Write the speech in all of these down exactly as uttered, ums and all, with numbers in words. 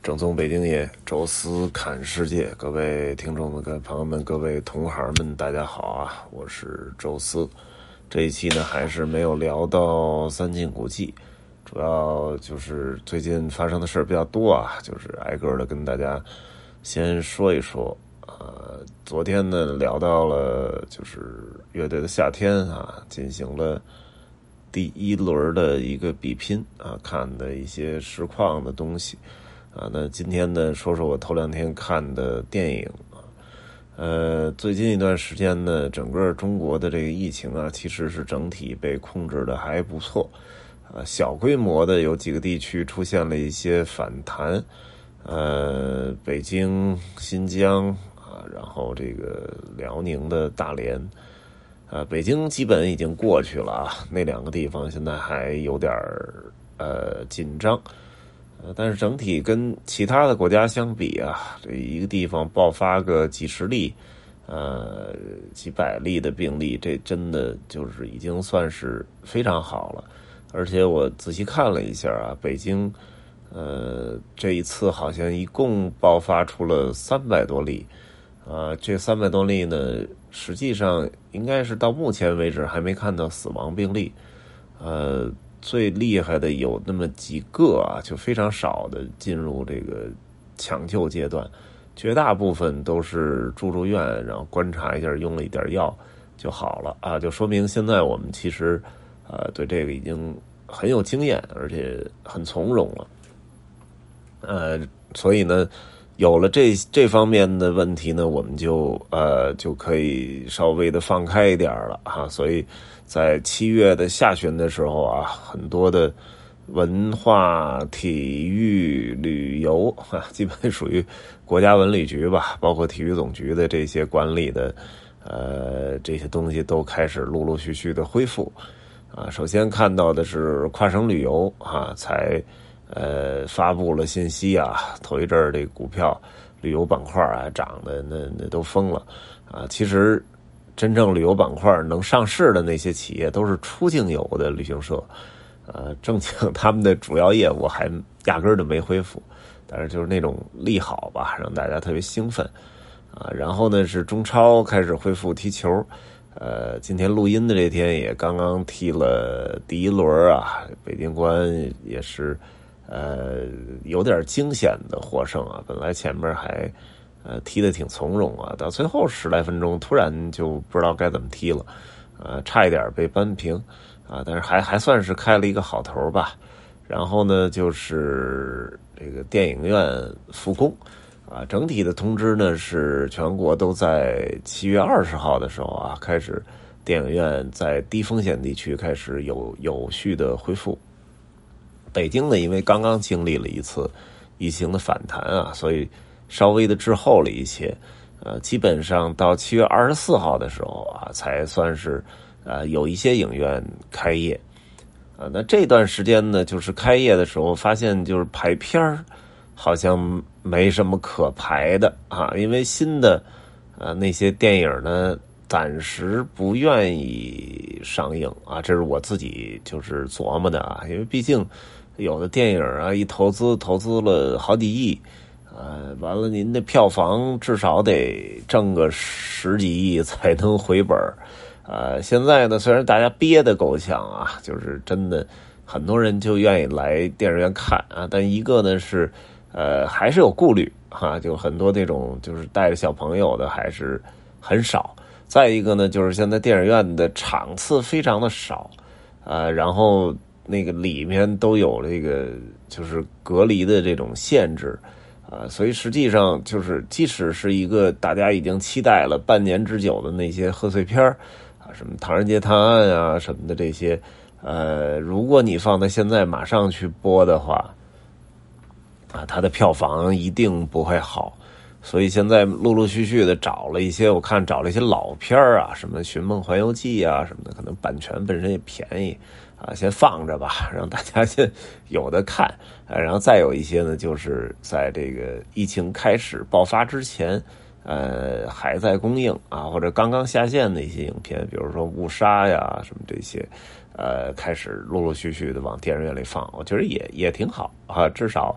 正宗北京爷，宙斯看世界，各位听众们、各位朋友们、各位同行们，大家好啊！我是宙斯。这一期呢，还是没有聊到三晋古迹，主要就是最近发生的事比较多啊，就是挨个的跟大家先说一说。呃，昨天呢聊到了就是乐队的夏天啊，进行了第一轮的一个比拼啊，看的一些实况的东西。啊，那今天呢，说说我头两天看的电影啊。呃，最近一段时间呢，整个中国的这个疫情啊，其实是整体被控制的还不错。啊，小规模的有几个地区出现了一些反弹，呃，北京、新疆啊，然后这个辽宁的大连，啊，北京基本已经过去了啊，那两个地方现在还有点呃紧张。呃，但是整体跟其他的国家相比啊，这一个地方爆发个几十例，呃，几百例的病例，这真的就是已经算是非常好了。而且我仔细看了一下啊，北京，呃，这一次好像一共爆发出了三百多例，啊、呃，这三百多例呢，实际上应该是到目前为止还没看到死亡病例，呃。最厉害的有那么几个啊，就非常少的进入这个抢救阶段，绝大部分都是住住院，然后观察一下，用了一点药就好了啊，就说明现在我们其实呃对这个已经很有经验，而且很从容了。呃，所以呢，有了这这方面的问题呢，我们就呃就可以稍微的放开一点了啊，所以。在七月的下旬的时候啊，很多的文化、体育、旅游啊，基本属于国家文旅局吧，包括体育总局的这些管理的，呃，这些东西都开始陆陆续续的恢复。啊，首先看到的是跨省旅游啊，才呃发布了信息啊，头一阵儿这股票旅游板块啊涨的那那都疯了啊，其实。真正旅游板块能上市的那些企业都是出境游的旅行社，呃，正经他们的主要业务还压根儿就没恢复，但是就是那种利好吧，让大家特别兴奋啊。然后呢是中超开始恢复踢球，呃，今天录音的这天也刚刚踢了第一轮啊，北京国安也是呃有点惊险的获胜啊，本来前面还。呃，踢得挺从容啊，到最后十来分钟，突然就不知道该怎么踢了，呃，差一点被扳平啊，但是还还算是开了一个好头吧。然后呢，就是这个电影院复工啊，整体的通知呢是全国都在七月二十号的时候啊，开始电影院在低风险地区开始有有序的恢复。北京呢，因为刚刚经历了一次疫情的反弹啊，所以。稍微的滞后了一些，呃，基本上到七月二十四号的时候啊，才算是呃有一些影院开业，啊、呃，那这段时间呢，就是开业的时候发现就是排片儿好像没什么可排的啊，因为新的呃那些电影呢暂时不愿意上映啊，这是我自己就是琢磨的啊，因为毕竟有的电影啊一投资投资了好几亿。呃，完了，您的票房至少得挣个十几亿才能回本儿。呃，现在呢，虽然大家憋得够呛啊，就是真的很多人就愿意来电影院看啊，但一个呢是，呃，还是有顾虑哈、啊，就很多那种就是带着小朋友的还是很少。再一个呢，就是现在电影院的场次非常的少，呃，然后那个里面都有这个就是隔离的这种限制。啊，所以实际上就是，即使是一个大家已经期待了半年之久的那些贺岁片啊，什么《唐人街探案》啊什么的这些，呃，如果你放在现在马上去播的话，啊，它的票房一定不会好。所以现在陆陆续续的找了一些，我看找了一些老片啊，什么《寻梦环游记》啊什么的，可能版权本身也便宜。啊，先放着吧，让大家先有的看，呃，然后再有一些呢，就是在这个疫情开始爆发之前，呃，还在供应啊，或者刚刚下线的一些影片，比如说《误杀》呀什么这些，呃，开始陆陆续续的往电影院里放，我觉得也也挺好啊，至少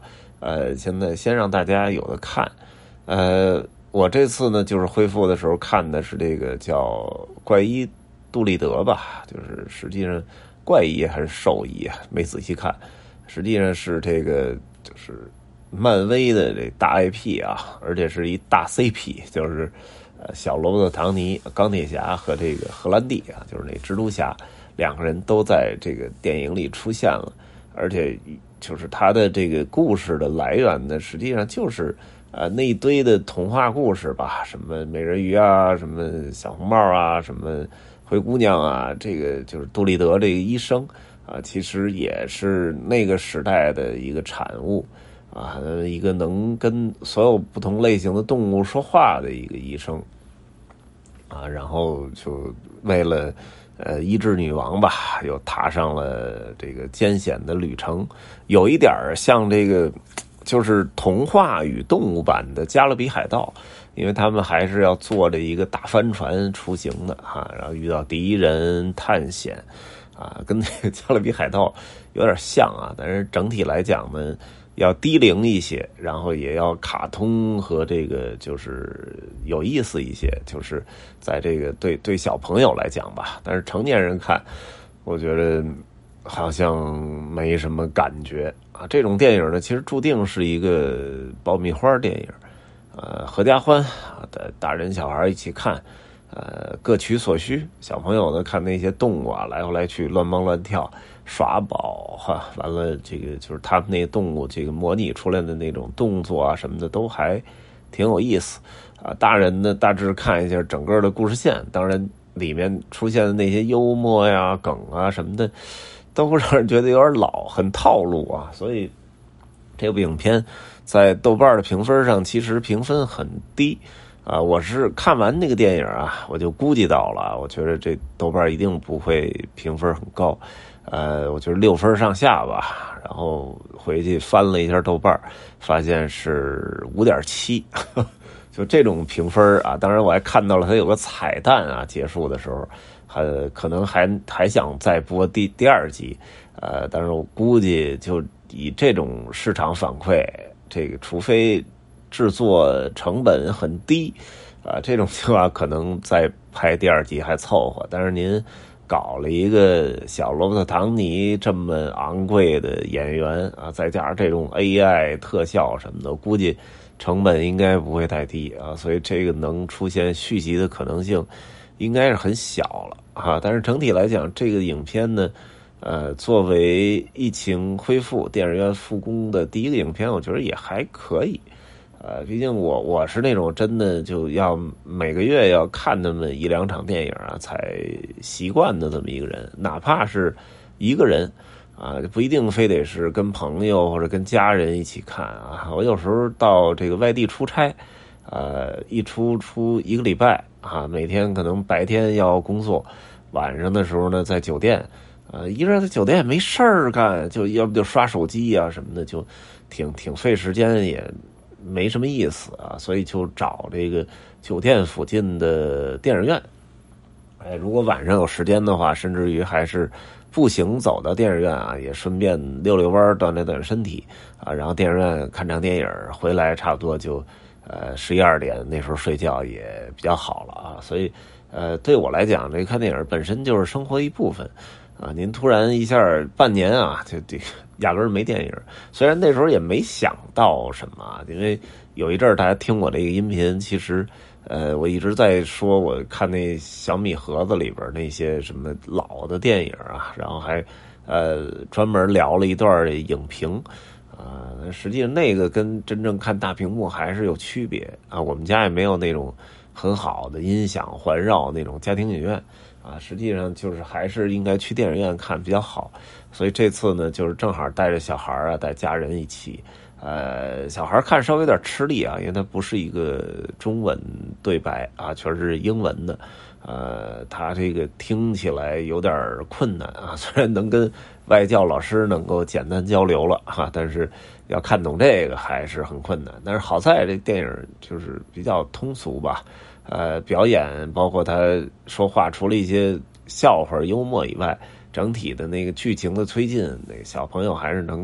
呃，现在先让大家有的看。呃，我这次呢就是恢复的时候看的是这个叫怪医杜立德吧，就是实际上怪医还是兽医啊，没仔细看，实际上是这个就是漫威的这大 I P 啊，而且是一大 C P， 就是呃小罗伯特·唐尼、钢铁侠和这个荷兰弟啊，就是那蜘蛛侠，两个人都在这个电影里出现了，而且就是他的这个故事的来源呢，实际上就是呃那一堆的童话故事吧，什么美人鱼啊，什么小红帽啊，什么灰姑娘啊，这个就是杜立德这个医生啊，其实也是那个时代的一个产物啊，一个能跟所有不同类型的动物说话的一个医生啊，然后就为了呃医治女王吧，又踏上了这个艰险的旅程，有一点像这个就是童话与动物版的加勒比海盗，因为他们还是要坐着一个大帆船出行的哈，然后遇到敌人探险啊，跟那个加勒比海盗有点像啊，但是整体来讲呢要低龄一些，然后也要卡通和这个就是有意思一些，就是在这个对对小朋友来讲吧，但是成年人看我觉得好像没什么感觉啊。这种电影呢其实注定是一个爆米花电影，呃合家欢啊，大人小孩一起看，呃各取所需，小朋友呢看那些动物啊来回来去乱蹦乱跳耍宝哈，完了这个就是他们那些动物这个模拟出来的那种动作啊什么的都还挺有意思啊。大人呢大致看一下整个的故事线，当然里面出现的那些幽默呀梗啊什么的都会让人觉得有点老，很套路啊。所以这部影片在豆瓣的评分上其实评分很低啊，我是看完那个电影啊，我就估计到了，我觉得这豆瓣一定不会评分很高，呃，我觉得六分上下吧。然后回去翻了一下豆瓣，发现是 五点七， 就这种评分啊。当然我还看到了它有个彩蛋啊，结束的时候还可能还还想再播第第二集，呃，但是我估计就以这种市场反馈，这个除非制作成本很低啊，这种情况可能再拍第二集还凑合。但是您搞了一个小罗伯特·唐尼这么昂贵的演员啊，再加上这种 A I 特效什么的，估计成本应该不会太低啊，所以这个能出现续集的可能性应该是很小了啊。但是整体来讲，这个影片呢，呃，作为疫情恢复、电影院复工的第一个影片，我觉得也还可以。呃，毕竟我我是那种真的就要每个月要看那么一两场电影啊，才习惯的这么一个人，哪怕是一个人啊，不一定非得是跟朋友或者跟家人一起看啊。我有时候到这个外地出差，呃，一出出一个礼拜啊，每天可能白天要工作，晚上的时候呢在酒店，呃，一个人在酒店也没事儿干，就要不就刷手机啊什么的，就挺挺费时间也。没什么意思啊，所以就找这个酒店附近的电影院。哎，如果晚上有时间的话，甚至于还是步行走到电影院啊，也顺便溜溜弯锻炼锻炼身体啊。然后电影院看场电影，回来差不多就呃十一二点，那时候睡觉也比较好了啊。所以呃，对我来讲，这看电影本身就是生活一部分。啊，您突然一下半年啊，就这压根儿没电影。虽然那时候也没想到什么，因为有一阵儿大家听我这个音频，其实呃，我一直在说我看那小米盒子里边那些什么老的电影啊，然后还呃专门聊了一段影评啊。实际上那个跟真正看大屏幕还是有区别啊。我们家也没有那种很好的音响环绕那种家庭影院。啊，实际上就是还是应该去电影院看比较好，所以这次呢，就是正好带着小孩啊，带家人一起，呃，小孩看稍微有点吃力啊，因为它不是一个中文对白啊，全是英文的，呃，他这个听起来有点困难啊，虽然能跟外教老师能够简单交流了哈，但是要看懂这个还是很困难。但是好在这电影就是比较通俗吧。呃，表演包括他说话，除了一些笑话幽默以外，整体的那个剧情的推进，那个小朋友还是能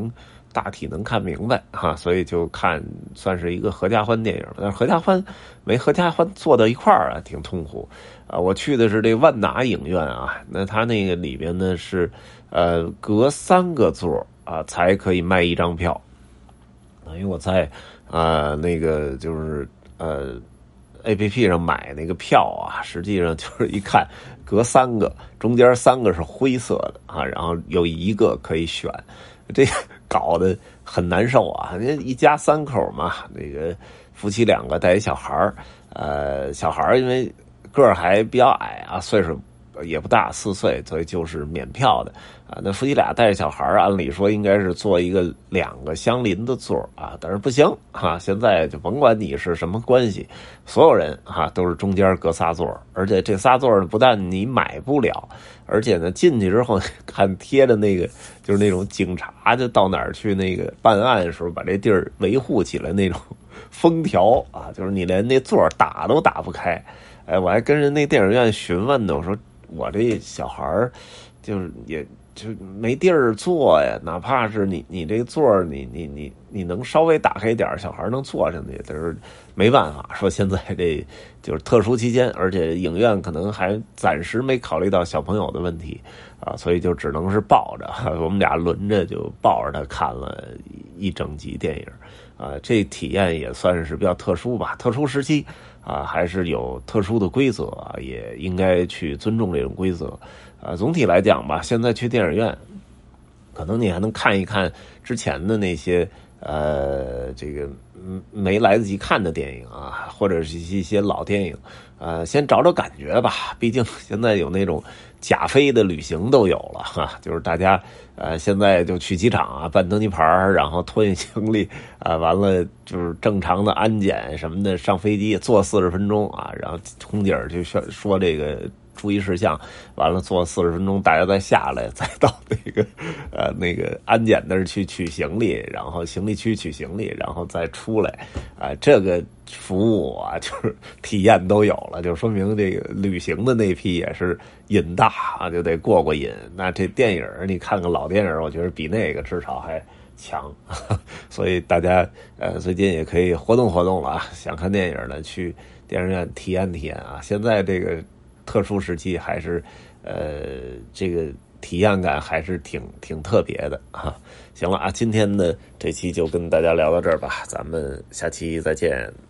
大体能看明白哈，所以就看算是一个合家欢电影。但是合家欢没合家欢坐到一块儿啊，挺痛苦啊。我去的是这万达影院啊，那它那个里边呢是呃隔三个座啊才可以卖一张票。因为我在啊、呃、那个就是呃 A P P 上买那个票啊，实际上就是一看隔三个，中间三个是灰色的啊，然后有一个可以选，这搞得很难受啊。一家三口嘛，那个夫妻两个带一小孩儿，呃，小孩儿因为个儿还比较矮啊，岁数也不大，四岁，所以就是免票的啊。那夫妻俩带着小孩，按理说应该是坐一个两个相邻的座啊，但是不行哈、啊。现在就甭管你是什么关系，所有人哈、啊、都是中间隔仨座，而且这仨座呢不但你买不了，而且呢进去之后看贴的那个就是那种警察就到哪儿去那个办案的时候把这地儿维护起来那种封条啊，就是你连那座打都打不开。哎，我还跟人那电影院询问呢，我说。我这小孩儿，就是也就没地儿坐呀，哪怕是你你这座儿，你你你你能稍微打开一点，小孩能坐上去，但是没办法，说现在这就是特殊期间，而且影院可能还暂时没考虑到小朋友的问题啊，所以就只能是抱着，我们俩轮着就抱着他看了一整集电影啊，这体验也算是比较特殊吧，特殊时期。啊，还是有特殊的规则啊，也应该去尊重这种规则。啊，总体来讲吧，现在去电影院，可能你还能看一看之前的那些呃，这个没来得及看的电影啊，或者是一些老电影，呃，先找找感觉吧。毕竟现在有那种假飞的旅行都有了哈，就是大家呃现在就去机场啊办登机牌，然后托运行李啊，完了就是正常的安检什么的，上飞机坐四十分钟啊，然后空姐就说说这个注意事项，完了坐四十分钟，大家再下来，再到那个呃那个安检那儿去取行李，然后行李区取行李，然后再出来，啊、呃，这个服务啊，就是体验都有了，就说明这个旅行的那批也是瘾大啊，就得过过瘾。那这电影你看看老电影，我觉得比那个至少还强，所以大家呃最近也可以活动活动了啊，想看电影的去电影院体验体验啊。现在这个特殊时期还是呃这个体验感还是挺挺特别的啊。行了啊，今天的这期就跟大家聊到这儿吧，咱们下期再见。